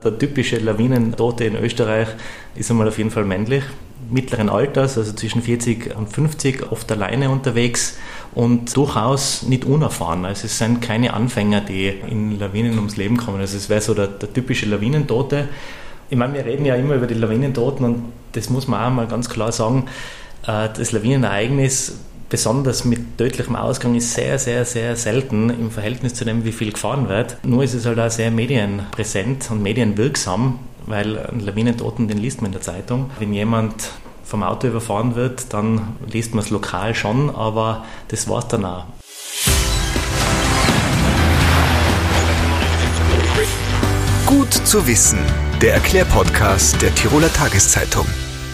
Der typische Lawinentote in Österreich ist einmal auf jeden Fall männlich, mittleren Alters, also zwischen 40 und 50, oft alleine unterwegs und durchaus nicht unerfahren. Also es sind keine Anfänger, die in Lawinen ums Leben kommen. Also es wäre so der typische Lawinentote. Ich meine, wir reden ja immer über die Lawinentoten und das muss man auch mal ganz klar sagen, das Lawinenereignis, besonders mit tödlichem Ausgang, ist sehr, sehr, sehr selten im Verhältnis zu dem, wie viel gefahren wird. Nur ist es halt auch sehr medienpräsent und medienwirksam, weil einen Lawinentoten, den liest man in der Zeitung. Wenn jemand vom Auto überfahren wird, dann liest man es lokal schon, aber das war's dann auch. Gut zu wissen, der Erklärpodcast der Tiroler Tageszeitung.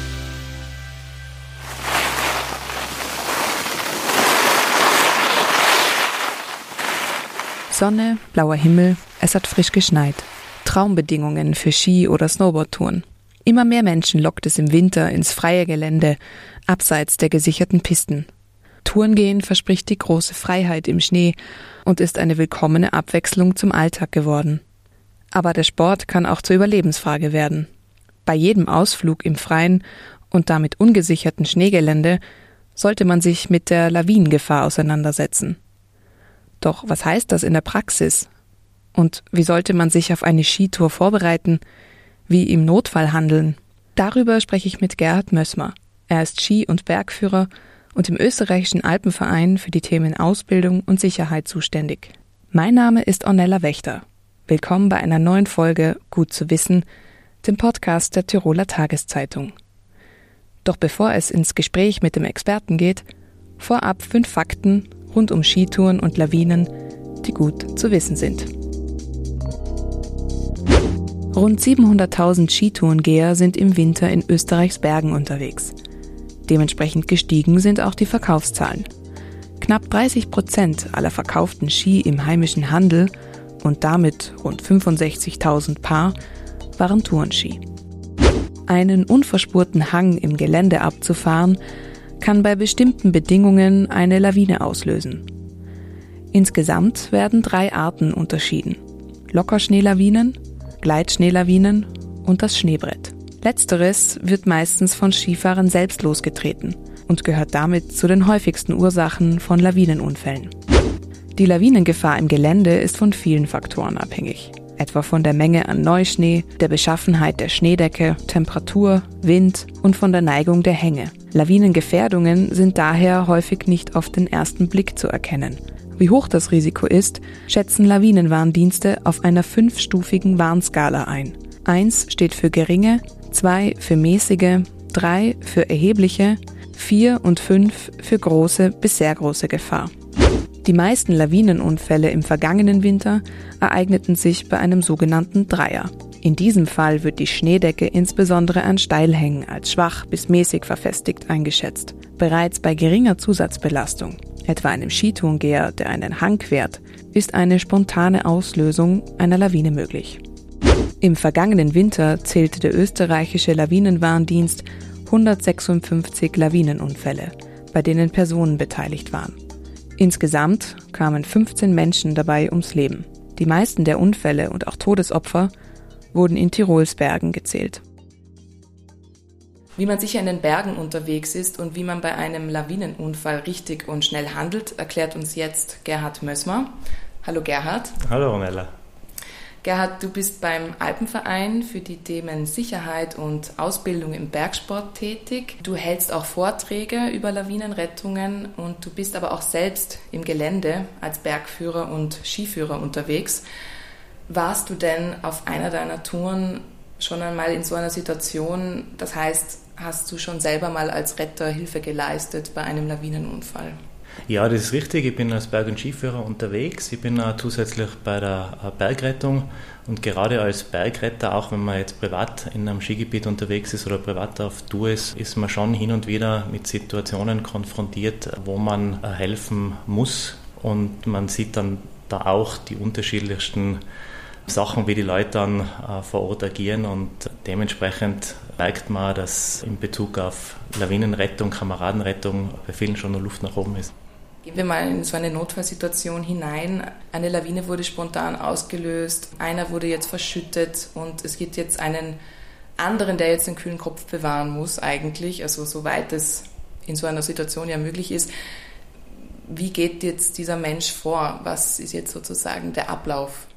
Sonne, blauer Himmel, es hat frisch geschneit. Traumbedingungen für Ski- oder Snowboardtouren. Immer mehr Menschen lockt es im Winter ins freie Gelände, abseits der gesicherten Pisten. Tourengehen verspricht die große Freiheit im Schnee und ist eine willkommene Abwechslung zum Alltag geworden. Aber der Sport kann auch zur Überlebensfrage werden. Bei jedem Ausflug im Freien und damit ungesicherten Schneegelände sollte man sich mit der Lawinengefahr auseinandersetzen. Doch was heißt das in der Praxis? Und wie sollte man sich auf eine Skitour vorbereiten? Wie im Notfall handeln? Darüber spreche ich mit Gerhard Mössmer. Er ist Ski- und Bergführer und im österreichischen Alpenverein für die Themen Ausbildung und Sicherheit zuständig. Mein Name ist Ornella Wächter. Willkommen bei einer neuen Folge Gut zu wissen, dem Podcast der Tiroler Tageszeitung. Doch bevor es ins Gespräch mit dem Experten geht, vorab 5 Fakten rund um Skitouren und Lawinen, die gut zu wissen sind. Rund 700.000 Skitourengeher sind im Winter in Österreichs Bergen unterwegs. Dementsprechend gestiegen sind auch die Verkaufszahlen. Knapp 30% aller verkauften Ski im heimischen Handel und damit rund 65.000 Paar waren Tourenski. Einen unverspurten Hang im Gelände abzufahren, kann bei bestimmten Bedingungen eine Lawine auslösen. Insgesamt werden 3 Arten unterschieden: Lockerschneelawinen, Gleitschneelawinen und das Schneebrett. Letzteres wird meistens von Skifahrern selbst losgetreten und gehört damit zu den häufigsten Ursachen von Lawinenunfällen. Die Lawinengefahr im Gelände ist von vielen Faktoren abhängig, etwa von der Menge an Neuschnee, der Beschaffenheit der Schneedecke, Temperatur, Wind und von der Neigung der Hänge. Lawinengefährdungen sind daher häufig nicht auf den ersten Blick zu erkennen. Wie hoch das Risiko ist, schätzen Lawinenwarndienste auf einer 5-stufigen Warnskala ein. 1 steht für geringe, 2 für mäßige, 3 für erhebliche, 4 und 5 für große bis sehr große Gefahr. Die meisten Lawinenunfälle im vergangenen Winter ereigneten sich bei einem sogenannten Dreier. In diesem Fall wird die Schneedecke insbesondere an Steilhängen als schwach bis mäßig verfestigt eingeschätzt. Bereits bei geringer Zusatzbelastung, etwa einem Skitourengeher, der einen Hang quert, ist eine spontane Auslösung einer Lawine möglich. Im vergangenen Winter zählte der österreichische Lawinenwarndienst 156 Lawinenunfälle, bei denen Personen beteiligt waren. Insgesamt kamen 15 Menschen dabei ums Leben. Die meisten der Unfälle und auch Todesopfer wurden in Tirols Bergen gezählt. Wie man sicher in den Bergen unterwegs ist und wie man bei einem Lawinenunfall richtig und schnell handelt, erklärt uns jetzt Gerhard Mössmer. Hallo Gerhard. Hallo Ornella. Gerhard, du bist beim Alpenverein für die Themen Sicherheit und Ausbildung im Bergsport tätig. Du hältst auch Vorträge über Lawinenrettungen und du bist aber auch selbst im Gelände als Bergführer und Skiführer unterwegs. Warst du denn auf einer deiner Touren schon einmal in so einer Situation, das heißt, hast du schon selber mal als Retter Hilfe geleistet bei einem Lawinenunfall? Ja, das ist richtig. Ich bin als Berg- und Skiführer unterwegs. Ich bin auch zusätzlich bei der Bergrettung und gerade als Bergretter, auch wenn man jetzt privat in einem Skigebiet unterwegs ist oder privat auf Tour ist man schon hin und wieder mit Situationen konfrontiert, wo man helfen muss und man sieht dann da auch die unterschiedlichsten Sachen, wie die Leute dann vor Ort agieren und dementsprechend merkt man, dass in Bezug auf Lawinenrettung, Kameradenrettung bei vielen schon noch Luft nach oben ist. Gehen wir mal in so eine Notfallsituation hinein. Eine Lawine wurde spontan ausgelöst, einer wurde jetzt verschüttet und es gibt jetzt einen anderen, der jetzt den kühlen Kopf bewahren muss eigentlich, also soweit es in so einer Situation ja möglich ist. Wie geht jetzt dieser Mensch vor? Was ist jetzt sozusagen der Ablauf?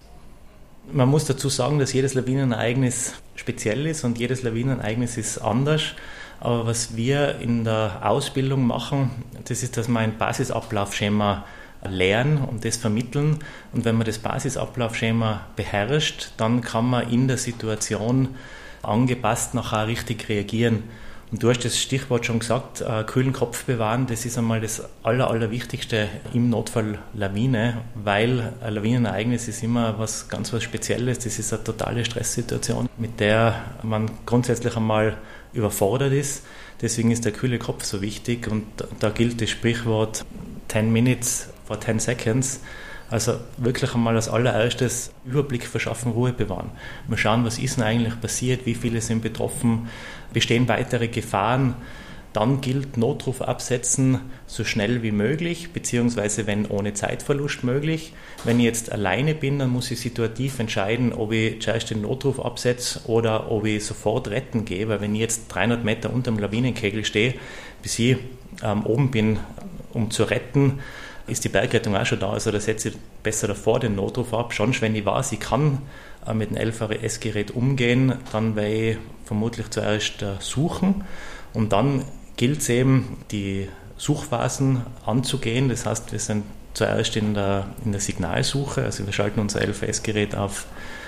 Man muss dazu sagen, dass jedes Lawinenereignis speziell ist und jedes Lawinenereignis ist anders. Aber was wir in der Ausbildung machen, das ist, dass wir ein Basisablaufschema lernen und das vermitteln. Und wenn man das Basisablaufschema beherrscht, dann kann man in der Situation angepasst nachher richtig reagieren. Und du hast das Stichwort schon gesagt, kühlen Kopf bewahren, das ist einmal das Allerwichtigste im Notfall Lawine, weil ein Lawinenereignis ist immer was Spezielles, das ist eine totale Stresssituation, mit der man grundsätzlich einmal überfordert ist. Deswegen ist der kühle Kopf so wichtig und da gilt das Sprichwort 10 minutes for 10 seconds. Also wirklich einmal als allererstes Überblick verschaffen, Ruhe bewahren. Mal schauen, was ist denn eigentlich passiert, wie viele sind betroffen, bestehen weitere Gefahren. Dann gilt Notruf absetzen, so schnell wie möglich, beziehungsweise wenn ohne Zeitverlust möglich. Wenn ich jetzt alleine bin, dann muss ich situativ entscheiden, ob ich zuerst den Notruf absetze oder ob ich sofort retten gehe, weil wenn ich jetzt 300 Meter unter dem Lawinenkegel stehe, bis ich oben bin, um zu retten, ist die Bergrettung auch schon da, also da setze ich besser davor den Notruf ab. Schon wenn ich weiß, ich kann mit dem LVS-Gerät umgehen, dann werde ich vermutlich zuerst suchen und dann gilt es eben, die Suchphasen anzugehen. Das heißt, wir sind zuerst in der Signalsuche, also wir schalten unser LVS-Gerät auf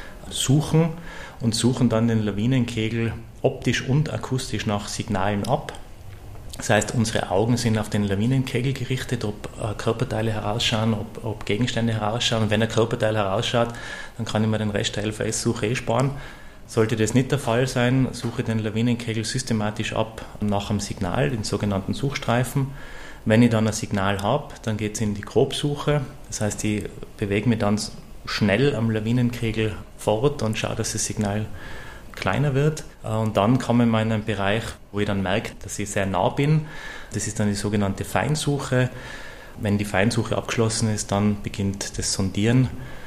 Suchen und suchen dann den Lawinenkegel optisch und akustisch nach Signalen ab. Das heißt, unsere Augen sind auf den Lawinenkegel gerichtet, ob Körperteile herausschauen, ob Gegenstände herausschauen. Und wenn ein Körperteil herausschaut, dann kann ich mir den Rest der LVS-Suche sparen. Sollte das nicht der Fall sein, suche ich den Lawinenkegel systematisch ab nach einem Signal, den sogenannten Suchstreifen. Wenn ich dann ein Signal habe, dann geht es in die Grobsuche. Das heißt, ich bewege mich dann schnell am Lawinenkegel fort und schaue, dass das Signal kleiner wird. Und dann kommen wir in einen Bereich, wo ich dann merke, dass ich sehr nah bin. Das ist dann die sogenannte Feinsuche. Wenn die Feinsuche abgeschlossen ist, dann beginnt das Sondieren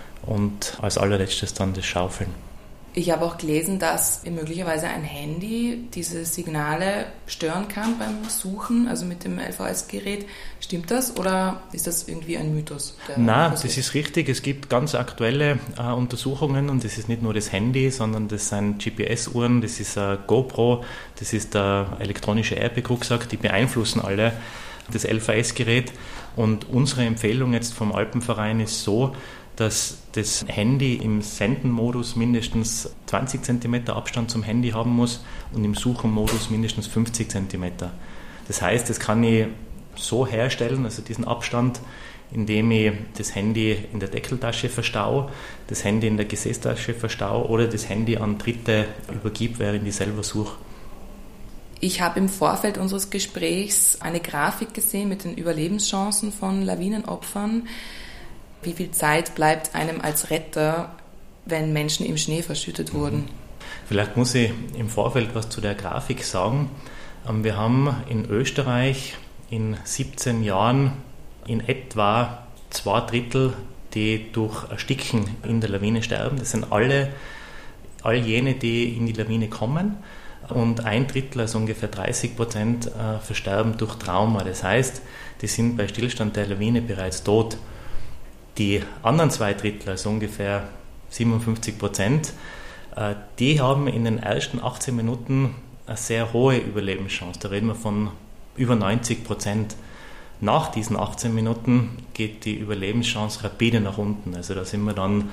und als allerletztes dann das Schaufeln. Ich habe auch gelesen, dass möglicherweise ein Handy diese Signale stören kann beim Suchen, also mit dem LVS-Gerät. Stimmt das oder ist das irgendwie ein Mythos? Nein, das ist richtig. Es gibt ganz aktuelle Untersuchungen und das ist nicht nur das Handy, sondern das sind GPS-Uhren, das ist ein GoPro, das ist der elektronische Airbag-Rucksack, die beeinflussen alle das LVS-Gerät. Und unsere Empfehlung jetzt vom Alpenverein ist so, dass das Handy im Sendenmodus mindestens 20 cm Abstand zum Handy haben muss und im Suchenmodus mindestens 50 cm. Das heißt, das kann ich so herstellen, also diesen Abstand, indem ich das Handy in der Deckeltasche verstaue, das Handy in der Gesäßtasche verstaue oder das Handy an Dritte übergib, während ich selber suche. Ich habe im Vorfeld unseres Gesprächs eine Grafik gesehen mit den Überlebenschancen von Lawinenopfern. Wie viel Zeit bleibt einem als Retter, wenn Menschen im Schnee verschüttet wurden? Vielleicht muss ich im Vorfeld was zu der Grafik sagen. Wir haben in Österreich in 17 Jahren in etwa 2/3, die durch Ersticken in der Lawine sterben. Das sind all jene, die in die Lawine kommen. Und 1/3, also ungefähr 30%, versterben durch Trauma. Das heißt, die sind bei Stillstand der Lawine bereits tot. Die anderen 2/3, also ungefähr 57%, die haben in den ersten 18 Minuten eine sehr hohe Überlebenschance. Da reden wir von über 90%. Nach diesen 18 Minuten geht die Überlebenschance rapide nach unten. Also da sind wir dann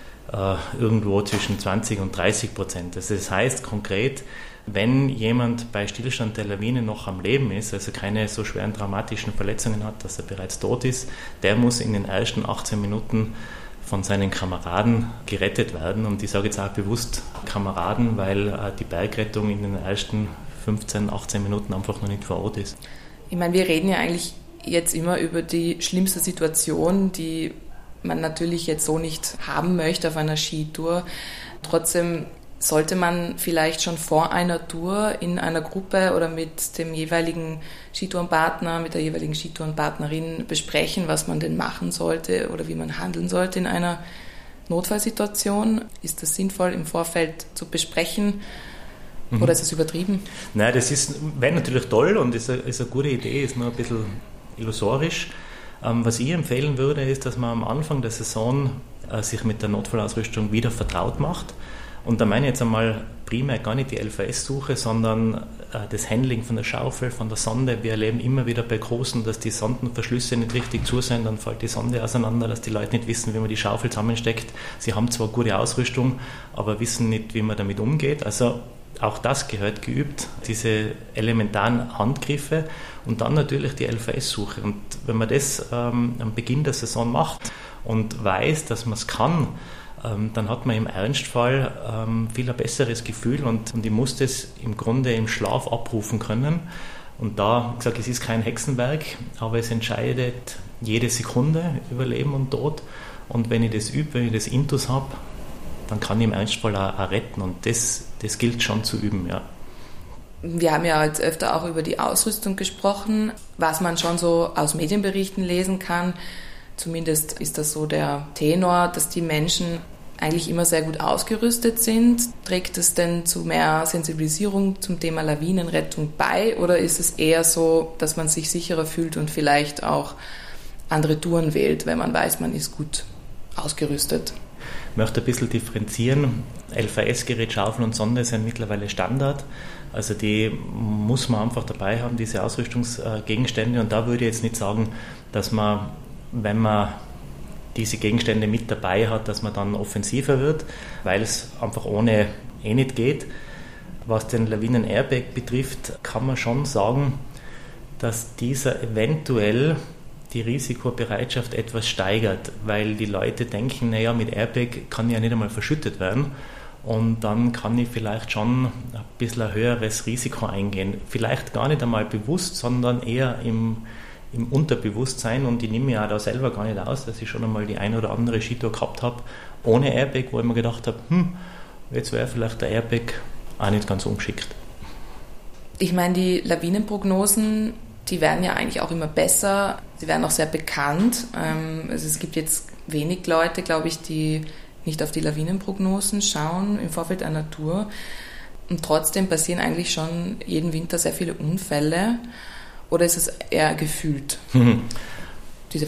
irgendwo zwischen 20 und 30%. Also das heißt konkret, wenn jemand bei Stillstand der Lawine noch am Leben ist, also keine so schweren traumatischen Verletzungen hat, dass er bereits tot ist, der muss in den ersten 18 Minuten von seinen Kameraden gerettet werden. Und ich sage jetzt auch bewusst Kameraden, weil die Bergrettung in den ersten 15, 18 Minuten einfach noch nicht vor Ort ist. Ich meine, wir reden ja eigentlich jetzt immer über die schlimmste Situation, die man natürlich jetzt so nicht haben möchte auf einer Skitour. Trotzdem Sollte man vielleicht schon vor einer Tour in einer Gruppe oder mit dem jeweiligen Skitourenpartner, mit der jeweiligen Skitourenpartnerin besprechen, was man denn machen sollte oder wie man handeln sollte in einer Notfallsituation? Ist das sinnvoll im Vorfeld zu besprechen oder ist es übertrieben? Nein, das wäre natürlich toll und ist eine gute Idee, ist nur ein bisschen illusorisch. Was ich empfehlen würde, ist, dass man am Anfang der Saison sich mit der Notfallausrüstung wieder vertraut macht. Und da meine ich jetzt einmal primär gar nicht die LVS-Suche, sondern das Handling von der Schaufel, von der Sonde. Wir erleben immer wieder bei Großen, dass die Sondenverschlüsse nicht richtig zu sind, dann fällt die Sonde auseinander, dass die Leute nicht wissen, wie man die Schaufel zusammensteckt. Sie haben zwar gute Ausrüstung, aber wissen nicht, wie man damit umgeht. Also auch das gehört geübt, diese elementaren Handgriffe und dann natürlich die LVS-Suche. Und wenn man das am Beginn der Saison macht und weiß, dass man es kann, dann hat man im Ernstfall viel ein besseres Gefühl und ich muss das im Grunde im Schlaf abrufen können. Und da, ich sage, es ist kein Hexenwerk, aber es entscheidet jede Sekunde über Leben und Tod. Und wenn ich das übe, wenn ich das Intus habe, dann kann ich im Ernstfall auch retten. Und das gilt schon zu üben, ja. Wir haben ja jetzt öfter auch über die Ausrüstung gesprochen, was man schon so aus Medienberichten lesen kann. Zumindest ist das so der Tenor, dass die Menschen eigentlich immer sehr gut ausgerüstet sind. Trägt es denn zu mehr Sensibilisierung zum Thema Lawinenrettung bei oder ist es eher so, dass man sich sicherer fühlt und vielleicht auch andere Touren wählt, wenn man weiß, man ist gut ausgerüstet? Ich möchte ein bisschen differenzieren. LVS-Gerät, Schaufel und Sonde sind mittlerweile Standard. Also die muss man einfach dabei haben, diese Ausrüstungsgegenstände. Und da würde ich jetzt nicht sagen, dass man, wenn man diese Gegenstände mit dabei hat, dass man dann offensiver wird, weil es einfach ohne nicht geht. Was den Lawinen-Airbag betrifft, kann man schon sagen, dass dieser eventuell die Risikobereitschaft etwas steigert, weil die Leute denken, naja, mit Airbag kann ich ja nicht einmal verschüttet werden und dann kann ich vielleicht schon ein bisschen ein höheres Risiko eingehen. Vielleicht gar nicht einmal bewusst, sondern eher im Unterbewusstsein und ich nehme mir auch da selber gar nicht aus, dass ich schon einmal die eine oder andere Skitour gehabt habe ohne Airbag, wo ich mir gedacht habe, jetzt wäre vielleicht der Airbag auch nicht ganz ungeschickt. Ich meine, die Lawinenprognosen, die werden ja eigentlich auch immer besser, sie werden auch sehr bekannt. Also es gibt jetzt wenig Leute, glaube ich, die nicht auf die Lawinenprognosen schauen im Vorfeld einer Tour. Und trotzdem passieren eigentlich schon jeden Winter sehr viele Unfälle. Oder ist es eher gefühlt? Diese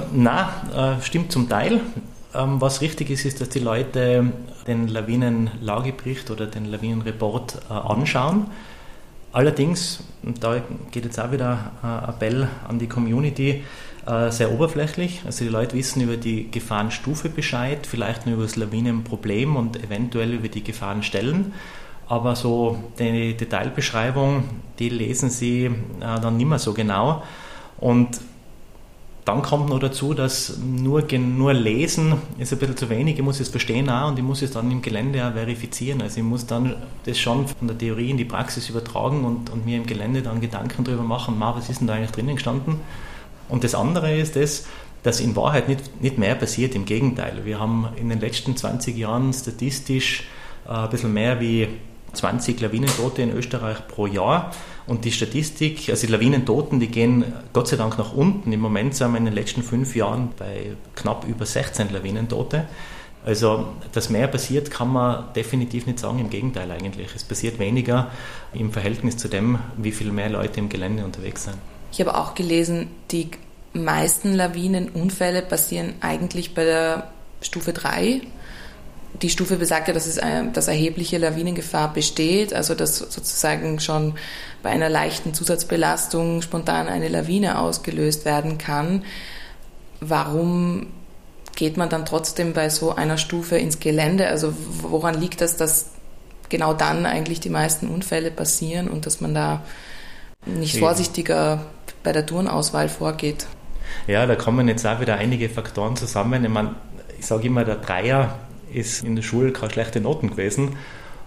stimmt zum Teil. Was richtig ist, ist, dass die Leute den Lawinenlagebericht oder den Lawinenreport anschauen. Allerdings, und da geht jetzt auch wieder ein Appell an die Community, sehr oberflächlich. Also die Leute wissen über die Gefahrenstufe Bescheid, vielleicht nur über das Lawinenproblem und eventuell über die Gefahrenstellen. Aber so die Detailbeschreibung, die lesen sie dann nicht mehr so genau. Und dann kommt noch dazu, dass nur lesen ist ein bisschen zu wenig. Ich muss es verstehen auch und ich muss es dann im Gelände auch verifizieren. Also ich muss dann das schon von der Theorie in die Praxis übertragen und mir im Gelände dann Gedanken darüber machen, was ist denn da eigentlich drinnen gestanden. Und das andere ist das, dass in Wahrheit nicht mehr passiert, im Gegenteil. Wir haben in den letzten 20 Jahren statistisch ein bisschen mehr wie 20 Lawinentote in Österreich pro Jahr und die Statistik, also die Lawinentoten, die gehen Gott sei Dank nach unten. Im Moment sind wir in den letzten 5 Jahren bei knapp über 16 Lawinentote. Also, dass mehr passiert, kann man definitiv nicht sagen, im Gegenteil eigentlich. Es passiert weniger im Verhältnis zu dem, wie viel mehr Leute im Gelände unterwegs sind. Ich habe auch gelesen, die meisten Lawinenunfälle passieren eigentlich bei der Stufe 3. Die Stufe besagt ja, dass erhebliche Lawinengefahr besteht, also dass sozusagen schon bei einer leichten Zusatzbelastung spontan eine Lawine ausgelöst werden kann. Warum geht man dann trotzdem bei so einer Stufe ins Gelände? Also woran liegt das, dass genau dann eigentlich die meisten Unfälle passieren und dass man da nicht vorsichtiger bei der Tourenauswahl vorgeht? Ja, da kommen jetzt auch wieder einige Faktoren zusammen. Ich sage immer, der Dreier ist in der Schule keine schlechte Noten gewesen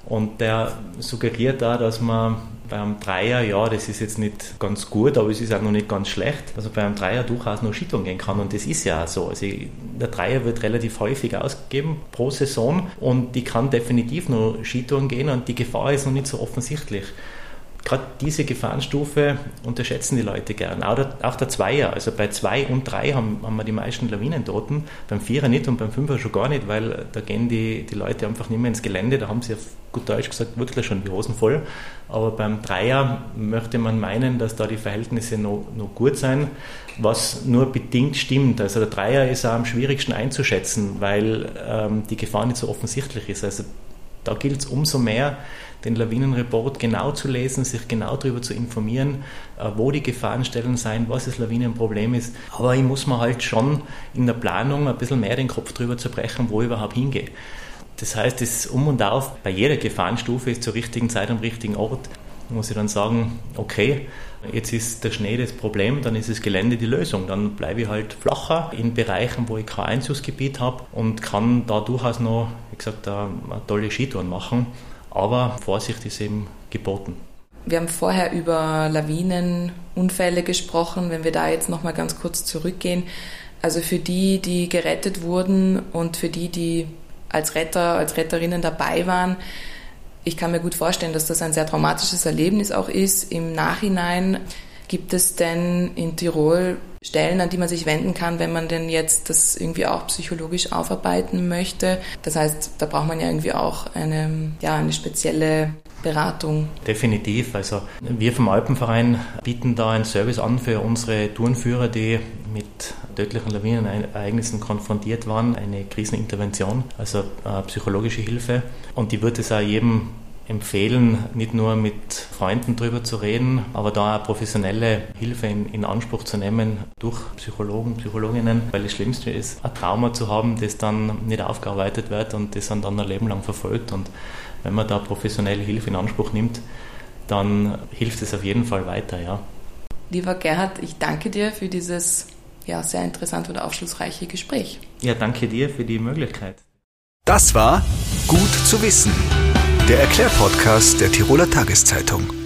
Und der suggeriert da, dass man beim Dreier, ja, das ist jetzt nicht ganz gut, aber es ist auch noch nicht ganz schlecht, also beim Dreier durchaus noch Skitouren gehen kann und das ist ja auch so. Also der Dreier wird relativ häufig ausgegeben pro Saison und die kann definitiv noch Skitouren gehen und die Gefahr ist noch nicht so offensichtlich. Gerade diese Gefahrenstufe unterschätzen die Leute gern. Auch der Zweier, also bei 2 und 3 haben wir die meisten Lawinentoten, beim Vierer nicht und beim Fünfer schon gar nicht, weil da gehen die Leute einfach nicht mehr ins Gelände, da haben sie auf gut Deutsch gesagt wirklich schon die Hosen voll. Aber beim Dreier möchte man meinen, dass da die Verhältnisse noch gut sein, was nur bedingt stimmt. Also der Dreier ist auch am schwierigsten einzuschätzen, weil die Gefahr nicht so offensichtlich ist. Also da gilt es umso mehr, den Lawinenreport genau zu lesen, sich genau darüber zu informieren, wo die Gefahrenstellen sein, was das Lawinenproblem ist. Aber ich muss mir halt schon in der Planung ein bisschen mehr den Kopf drüber zerbrechen, wo ich überhaupt hingehe. Das heißt, das Um und Auf bei jeder Gefahrenstufe ist zur richtigen Zeit am richtigen Ort. Da muss ich dann sagen, okay, jetzt ist der Schnee das Problem, dann ist das Gelände die Lösung. Dann bleibe ich halt flacher in Bereichen, wo ich kein Einzugsgebiet habe und kann da durchaus noch, wie gesagt, eine tolle Skitouren machen. Aber Vorsicht ist eben geboten. Wir haben vorher über Lawinenunfälle gesprochen. Wenn wir da jetzt nochmal ganz kurz zurückgehen. Also für die gerettet wurden und für die als Retter, als Retterinnen dabei waren, ich kann mir gut vorstellen, dass das ein sehr traumatisches Erlebnis auch ist. Im Nachhinein gibt es denn in Tirol Stellen, an die man sich wenden kann, wenn man denn jetzt das irgendwie auch psychologisch aufarbeiten möchte? Das heißt, da braucht man ja irgendwie auch eine spezielle Beratung. Definitiv. Also wir vom Alpenverein bieten da einen Service an für unsere Tourenführer, die mit tödlichen Lawinenereignissen konfrontiert waren, eine Krisenintervention, also psychologische Hilfe. Und die wird es auch jedem empfehlen, nicht nur mit Freunden drüber zu reden, aber da auch professionelle Hilfe in Anspruch zu nehmen durch Psychologen, Psychologinnen, weil das Schlimmste ist, ein Trauma zu haben, das dann nicht aufgearbeitet wird und das dann ein Leben lang verfolgt. Und wenn man da professionelle Hilfe in Anspruch nimmt, dann hilft es auf jeden Fall weiter, ja. Lieber Gerhard, ich danke dir für dieses sehr interessante und aufschlussreiche Gespräch. Ja, danke dir für die Möglichkeit. Das war Gut zu wissen, der Erklärpodcast der Tiroler Tageszeitung.